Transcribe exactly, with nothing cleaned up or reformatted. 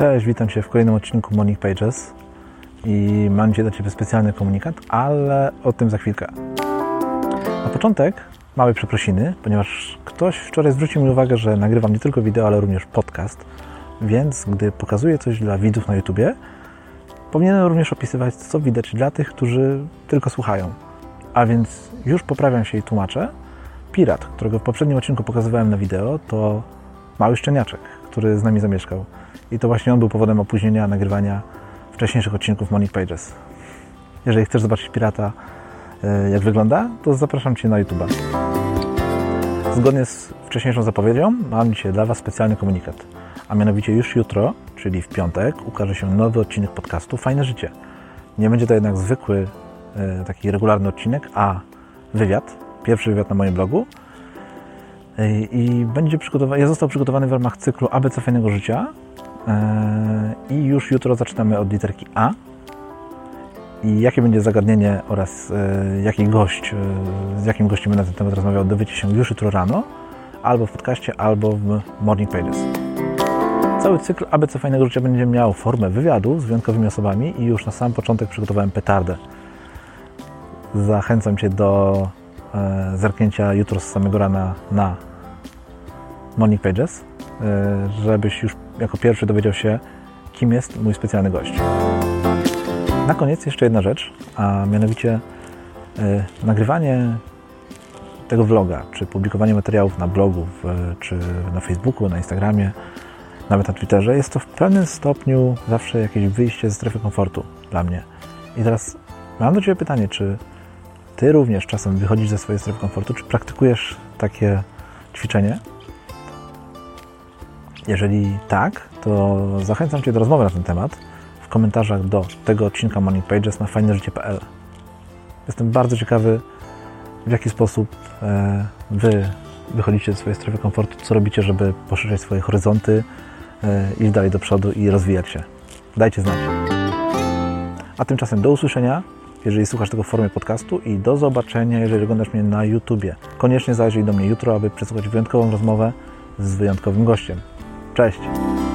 Cześć, witam Cię w kolejnym odcinku Morning Pages i mam dzisiaj dla Ciebie specjalny komunikat, ale o tym za chwilkę. Na początek małe przeprosiny, ponieważ ktoś wczoraj zwrócił mi uwagę, że nagrywam nie tylko wideo, ale również podcast, więc gdy pokazuję coś dla widzów na YouTubie, powinienem również opisywać, co widać dla tych, którzy tylko słuchają. A więc już poprawiam się i tłumaczę. Pirat, którego w poprzednim odcinku pokazywałem na wideo, to mały szczeniaczek, który z nami zamieszkał. I to właśnie on był powodem opóźnienia nagrywania wcześniejszych odcinków Morning Pages. Jeżeli chcesz zobaczyć pirata, jak wygląda, to zapraszam Cię na YouTube'a. Zgodnie z wcześniejszą zapowiedzią mam dzisiaj dla Was specjalny komunikat. A mianowicie już jutro, czyli w piątek, ukaże się nowy odcinek podcastu Fajne Życie. Nie będzie to jednak zwykły, taki regularny odcinek, a wywiad, pierwszy wywiad na moim blogu. I będzie przygotowany, ja został przygotowany w ramach cyklu A B C Fajnego Życia i już jutro zaczynamy od literki A. I jakie będzie zagadnienie oraz jaki gość, z jakim gościem będę na ten temat rozmawiał, dowiecie się już jutro rano, albo w podcaście, albo w Morning Pages. Cały cykl A B C Fajnego Życia będzie miał formę wywiadu z wyjątkowymi osobami i już na sam początek przygotowałem petardę. Zachęcam Cię do e, zerknięcia jutro z samego rana na Morning Pages, e, żebyś już jako pierwszy dowiedział się, kim jest mój specjalny gość. Na koniec jeszcze jedna rzecz, a mianowicie e, nagrywanie tego vloga, czy publikowanie materiałów na blogu, w, czy na Facebooku, na Instagramie, nawet na Twitterze, jest to w pewnym stopniu zawsze jakieś wyjście ze strefy komfortu dla mnie. I teraz mam do Ciebie pytanie, czy Ty również czasem wychodzisz ze swojej strefy komfortu, czy praktykujesz takie ćwiczenie? Jeżeli tak, to zachęcam Cię do rozmowy na ten temat w komentarzach do tego odcinka Morning Pages na fajne życie kropka p l. Jestem bardzo ciekawy, w jaki sposób e, Wy wychodzicie ze swojej strefy komfortu, co robicie, żeby poszerzać swoje horyzonty, e, iść dalej do przodu i rozwijać się. Dajcie znać. A tymczasem do usłyszenia, jeżeli słuchasz tego w formie podcastu, i do zobaczenia, jeżeli oglądasz mnie na YouTubie. Koniecznie zajrzyj do mnie jutro, aby przesłuchać wyjątkową rozmowę z wyjątkowym gościem. Cześć!